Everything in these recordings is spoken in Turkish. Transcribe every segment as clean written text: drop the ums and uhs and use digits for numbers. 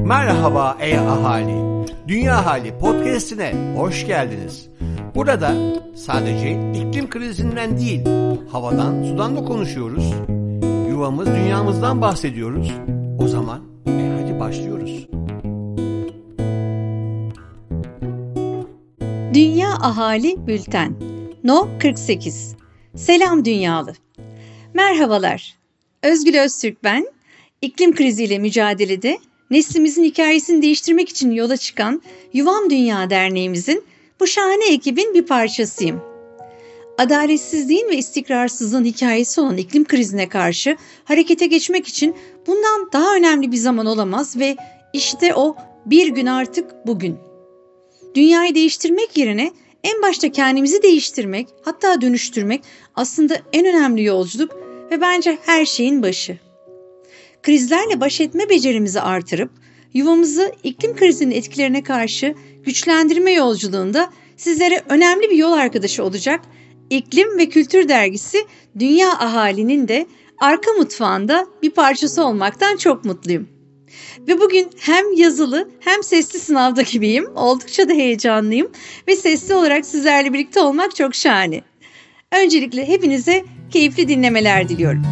Merhaba ey ahali, Dünya Hali Podcast'ine hoş geldiniz. Burada sadece iklim krizinden değil, havadan, sudan da konuşuyoruz. Yuvamız, dünyamızdan bahsediyoruz. O zaman hadi başlıyoruz. Dünya Ahali Bülten No 48. Selam dünyalı. Merhabalar. Özgül Öztürk ben. İklim kriziyle mücadelede neslimizin hikayesini değiştirmek için yola çıkan Yuvam Dünya Derneğimizin bu şahane ekibin bir parçasıyım. Adaletsizliğin ve istikrarsızlığın hikayesi olan iklim krizine karşı harekete geçmek için bundan daha önemli bir zaman olamaz ve işte o bir gün artık bugün. Dünyayı değiştirmek yerine en başta kendimizi değiştirmek, hatta dönüştürmek aslında en önemli yolculuk ve bence her şeyin başı. Krizlerle baş etme becerimizi artırıp yuvamızı iklim krizinin etkilerine karşı güçlendirme yolculuğunda sizlere önemli bir yol arkadaşı olacak İklim ve Kültür Dergisi Dünya Ahali'nin de arka mutfağında bir parçası olmaktan çok mutluyum. Ve bugün hem yazılı hem sesli sınavda gibiyim. Oldukça da heyecanlıyım ve sesli olarak sizlerle birlikte olmak çok şahane. Öncelikle hepinize keyifli dinlemeler diliyorum.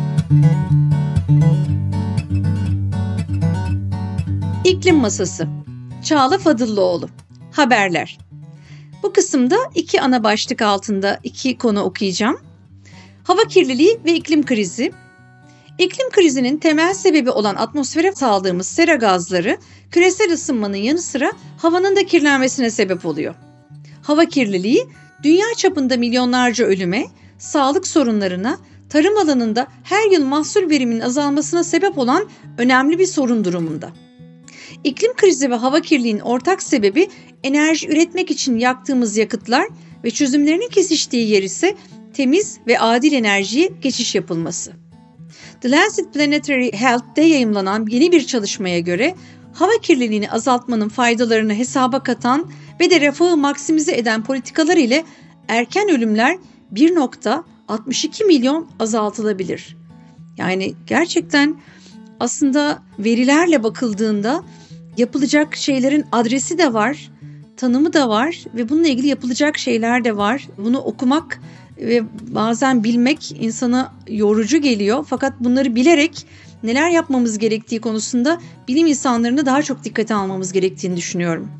İklim Masası. Çağla Fadıllıoğlu. Haberler. Bu kısımda iki ana başlık altında iki konu okuyacağım. Hava kirliliği ve iklim krizi. İklim krizinin temel sebebi olan atmosfere saldığımız sera gazları küresel ısınmanın yanı sıra havanın da kirlenmesine sebep oluyor. Hava kirliliği dünya çapında milyonlarca ölüme, sağlık sorunlarına, tarım alanında her yıl mahsul veriminin azalmasına sebep olan önemli bir sorun durumunda. İklim krizi ve hava kirliliğinin ortak sebebi enerji üretmek için yaktığımız yakıtlar ve çözümlerinin kesiştiği yer ise temiz ve adil enerjiye geçiş yapılması. The Lancet Planetary Health'te yayımlanan yeni bir çalışmaya göre hava kirliliğini azaltmanın faydalarını hesaba katan ve de refahı maksimize eden politikalar ile erken ölümler 1,62 milyon azaltılabilir. Yani gerçekten aslında verilerle bakıldığında yapılacak şeylerin adresi de var, tanımı da var ve bununla ilgili yapılacak şeyler de var. Bunu okumak ve bazen bilmek insana yorucu geliyor. Fakat bunları bilerek neler yapmamız gerektiği konusunda bilim insanlarını daha çok dikkate almamız gerektiğini düşünüyorum.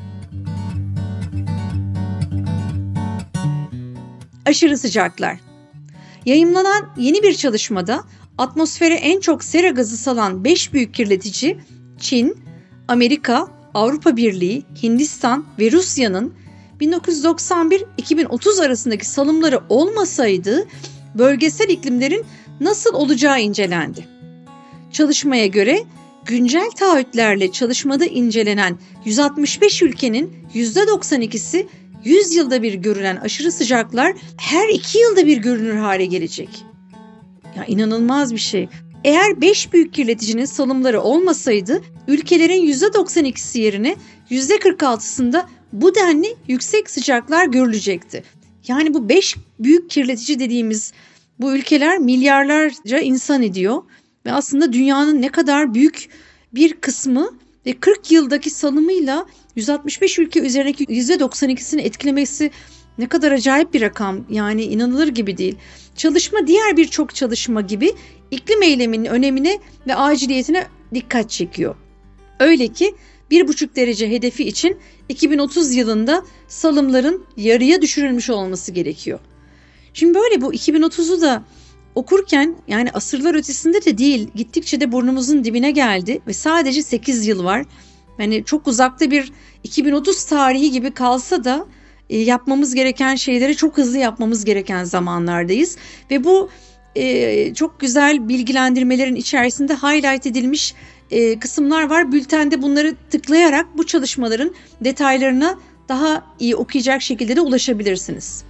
Aşırı sıcaklar. Yayımlanan yeni bir çalışmada atmosfere en çok sera gazı salan 5 büyük kirletici Çin, Amerika, Avrupa Birliği, Hindistan ve Rusya'nın 1991-2030 arasındaki salımları olmasaydı bölgesel iklimlerin nasıl olacağı incelendi. Çalışmaya göre güncel taahhütlerle çalışmada incelenen 165 ülkenin %92'si 100 yılda bir görülen aşırı sıcaklar her 2 yılda bir görünür hale gelecek. Ya inanılmaz bir şey. Eğer 5 büyük kirleticinin salımları olmasaydı ülkelerin %92'si yerine %46'sında bu denli yüksek sıcaklar görülecekti. Yani bu 5 büyük kirletici dediğimiz bu ülkeler milyarlarca insan ediyor ve aslında dünyanın ne kadar büyük bir kısmı ve 40 yıldaki salımıyla 165 ülke üzerindeki %92'sini etkilemesi ne kadar acayip bir rakam, yani inanılır gibi değil. Çalışma diğer birçok çalışma gibi iklim eyleminin önemine ve aciliyetine dikkat çekiyor. Öyle ki 1,5 derece hedefi için 2030 yılında salımların yarıya düşürülmüş olması gerekiyor. Şimdi böyle bu 2030'u da okurken yani asırlar ötesinde de değil, gittikçe de burnumuzun dibine geldi ve sadece 8 yıl var. Yani çok uzakta bir 2030 tarihi gibi kalsa da yapmamız gereken şeyleri çok hızlı yapmamız gereken zamanlardayız. Ve bu çok güzel bilgilendirmelerin içerisinde highlight edilmiş kısımlar var. Bültende bunları tıklayarak bu çalışmaların detaylarına daha iyi okuyacak şekilde de ulaşabilirsiniz.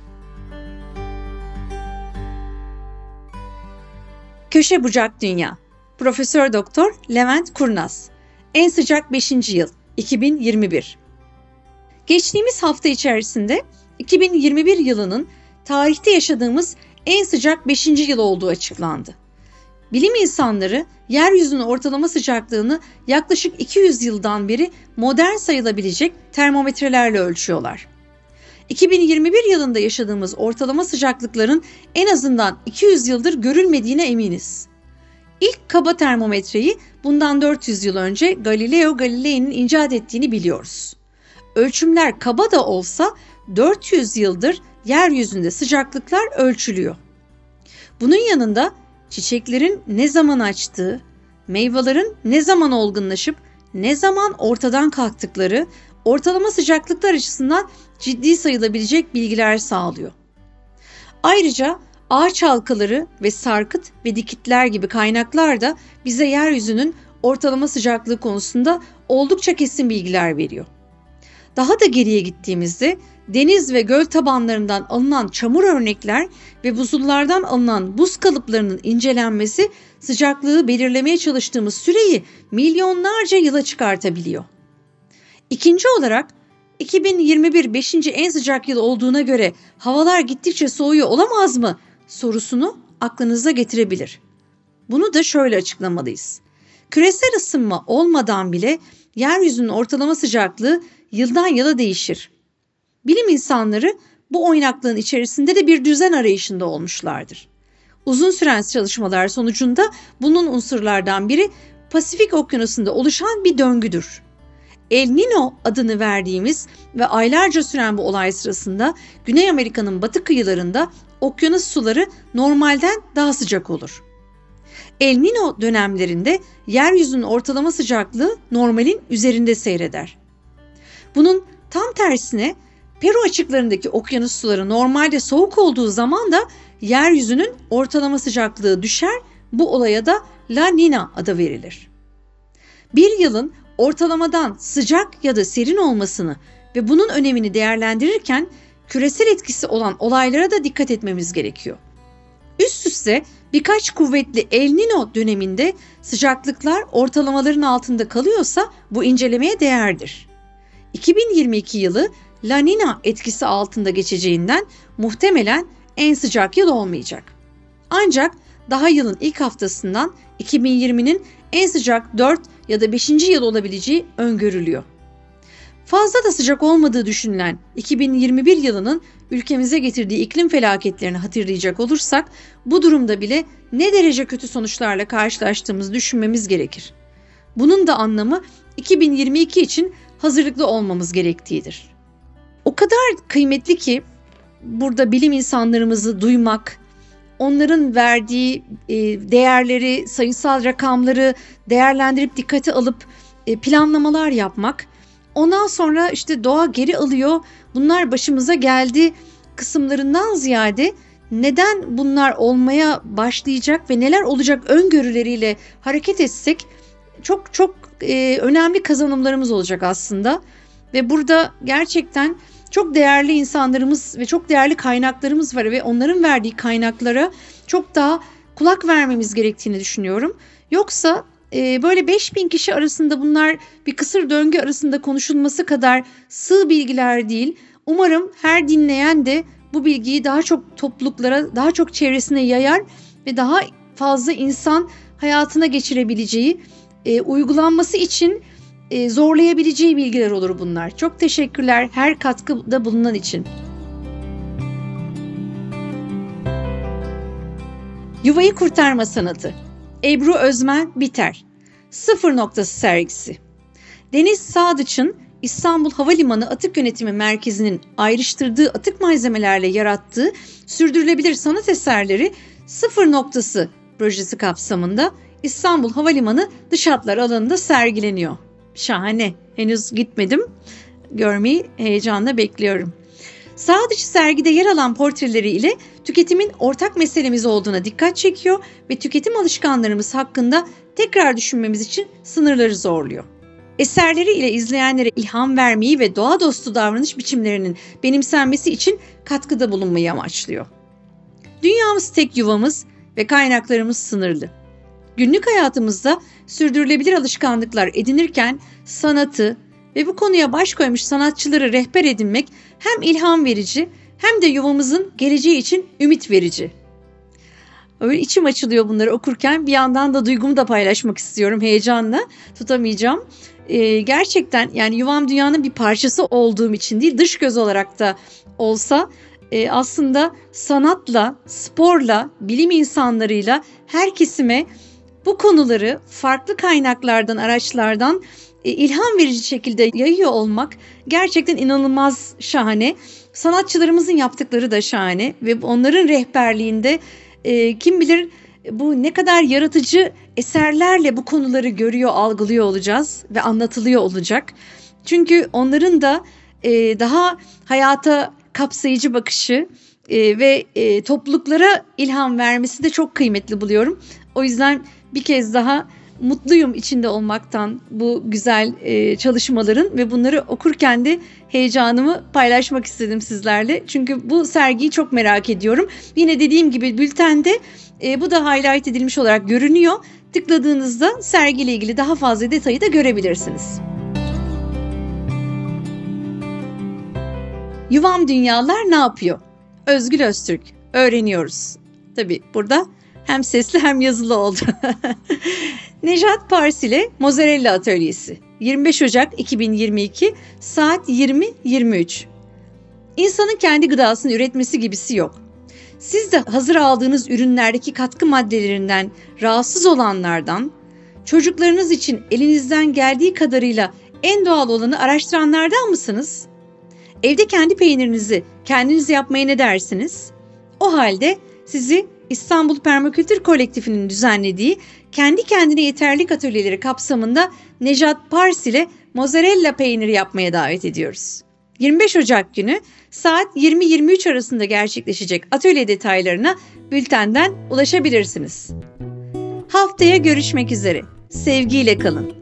Köşe bucak dünya. Profesör Doktor Levent Kurnaz. En sıcak 5. yıl 2021. Geçtiğimiz hafta içerisinde 2021 yılının tarihte yaşadığımız en sıcak 5. yıl olduğu açıklandı. Bilim insanları yeryüzünün ortalama sıcaklığını yaklaşık 200 yıldan beri modern sayılabilecek termometrelerle ölçüyorlar. 2021 yılında yaşadığımız ortalama sıcaklıkların en azından 200 yıldır görülmediğine eminiz. İlk kaba termometreyi bundan 400 yıl önce Galileo Galilei'nin icat ettiğini biliyoruz. Ölçümler kaba da olsa 400 yıldır yeryüzünde sıcaklıklar ölçülüyor. Bunun yanında çiçeklerin ne zaman açtığı, meyvelerin ne zaman olgunlaşıp ne zaman ortadan kalktıkları ortalama sıcaklıklar açısından ciddi sayılabilecek bilgiler sağlıyor. Ayrıca ağaç halkaları ve sarkıt ve dikitler gibi kaynaklar da bize yeryüzünün ortalama sıcaklığı konusunda oldukça kesin bilgiler veriyor. Daha da geriye gittiğimizde deniz ve göl tabanlarından alınan çamur örnekler ve buzullardan alınan buz kalıplarının incelenmesi sıcaklığı belirlemeye çalıştığımız süreyi milyonlarca yıla çıkartabiliyor. İkinci olarak 2021 5. en sıcak yıl olduğuna göre havalar gittikçe soğuyor olamaz mı sorusunu aklınıza getirebilir. Bunu da şöyle açıklamalıyız. Küresel ısınma olmadan bile yeryüzünün ortalama sıcaklığı yıldan yıla değişir. Bilim insanları bu oynaklığın içerisinde de bir düzen arayışında olmuşlardır. Uzun süren çalışmalar sonucunda bunun unsurlardan biri Pasifik Okyanusu'nda oluşan bir döngüdür. El Niño adını verdiğimiz ve aylarca süren bu olay sırasında Güney Amerika'nın batı kıyılarında okyanus suları normalden daha sıcak olur. El Niño dönemlerinde yeryüzünün ortalama sıcaklığı normalin üzerinde seyreder. Bunun tam tersine Peru açıklarındaki okyanus suları normalde soğuk olduğu zaman da yeryüzünün ortalama sıcaklığı düşer, bu olaya da La Niña adı verilir. Bir yılın ortalamadan sıcak ya da serin olmasını ve bunun önemini değerlendirirken küresel etkisi olan olaylara da dikkat etmemiz gerekiyor. Üst üste birkaç kuvvetli El Niño döneminde sıcaklıklar ortalamaların altında kalıyorsa bu incelemeye değerdir. 2022 yılı La Niña etkisi altında geçeceğinden muhtemelen en sıcak yıl olmayacak. Ancak daha yılın ilk haftasından 2020'nin en sıcak 4 ya da 5. yıl olabileceği öngörülüyor. Fazla da sıcak olmadığı düşünülen 2021 yılının ülkemize getirdiği iklim felaketlerini hatırlayacak olursak bu durumda bile ne derece kötü sonuçlarla karşılaştığımızı düşünmemiz gerekir. Bunun da anlamı 2022 için hazırlıklı olmamız gerektiğidir. O kadar kıymetli ki burada bilim insanlarımızı duymak, onların verdiği değerleri, sayısal rakamları değerlendirip dikkate alıp planlamalar yapmak. Ondan sonra işte doğa geri alıyor, bunlar başımıza geldi kısımlarından ziyade neden bunlar olmaya başlayacak ve neler olacak öngörüleriyle hareket etsek çok önemli kazanımlarımız olacak aslında. Ve burada gerçekten çok değerli insanlarımız ve çok değerli kaynaklarımız var ve onların verdiği kaynaklara çok daha kulak vermemiz gerektiğini düşünüyorum. Yoksa böyle 5000 kişi arasında bunlar bir kısır döngü arasında konuşulması kadar sığ bilgiler değil. Umarım her dinleyen de bu bilgiyi daha çok topluluklara, daha çok çevresine yayar ve daha fazla insan hayatına geçirebileceği, uygulanması için zorlayabileceği bilgiler olur bunlar. Çok teşekkürler her katkıda bulunan için. Yuvayı Kurtarma Sanatı. Ebru Özmen Biter. Sıfır Noktası sergisi. Deniz Sadıç'ın İstanbul Havalimanı Atık Yönetimi Merkezi'nin ayrıştırdığı atık malzemelerle yarattığı sürdürülebilir sanat eserleri Sıfır Noktası projesi kapsamında İstanbul Havalimanı dış hatlar alanında sergileniyor. Şahane. Henüz gitmedim. Görmeyi heyecanla bekliyorum. Sadıç sergide yer alan portreleriyle tüketimin ortak meselemiz olduğuna dikkat çekiyor ve tüketim alışkanlarımız hakkında tekrar düşünmemiz için sınırları zorluyor. Eserleri ile izleyenlere ilham vermeyi ve doğa dostu davranış biçimlerinin benimsenmesi için katkıda bulunmayı amaçlıyor. Dünyamız tek yuvamız ve kaynaklarımız sınırlı. Günlük hayatımızda sürdürülebilir alışkanlıklar edinirken sanatı ve bu konuya baş koymuş sanatçıları rehber edinmek hem ilham verici hem de yuvamızın geleceği için ümit verici. Öyle içim açılıyor bunları okurken. Bir yandan da duygumu da paylaşmak istiyorum heyecanla. Tutamayacağım. Gerçekten yani Yuvam Dünya'nın bir parçası olduğum için değil, dış göz olarak da olsa aslında sanatla, sporla, bilim insanlarıyla her kesime bu konuları farklı kaynaklardan, araçlardan ilham verici şekilde yayıyor olmak gerçekten inanılmaz şahane. Sanatçılarımızın yaptıkları da şahane ve onların rehberliğinde kim bilir bu ne kadar yaratıcı eserlerle bu konuları görüyor, algılıyor olacağız ve anlatılıyor olacak. Çünkü onların da daha hayata kapsayıcı bakışı ve topluluklara ilham vermesi de çok kıymetli buluyorum. O yüzden bir kez daha mutluyum içinde olmaktan, bu güzel çalışmaların ve bunları okurken de heyecanımı paylaşmak istedim sizlerle. Çünkü bu sergiyi çok merak ediyorum. Yine dediğim gibi bültende bu da highlight edilmiş olarak görünüyor. Tıkladığınızda sergiyle ilgili daha fazla detayı da görebilirsiniz. Yuvam Dünyalar ne yapıyor? Özgül Öztürk, öğreniyoruz. Tabii burada hem sesli hem yazılı oldu. Nejat Parsile Mozzarella Atölyesi 25 Ocak 2022 saat 20.23. İnsanın kendi gıdasını üretmesi gibisi yok. Siz de hazır aldığınız ürünlerdeki katkı maddelerinden rahatsız olanlardan, çocuklarınız için elinizden geldiği kadarıyla en doğal olanı araştıranlardan mısınız? Evde kendi peynirinizi kendiniz yapmaya ne dersiniz? O halde sizi İstanbul Permakültür Kolektifi'nin düzenlediği kendi kendine yeterlilik atölyeleri kapsamında Nejat Parsile mozzarella peyniri yapmaya davet ediyoruz. 25 Ocak günü saat 20-23 arasında gerçekleşecek atölye detaylarına bültenden ulaşabilirsiniz. Haftaya görüşmek üzere. Sevgiyle kalın.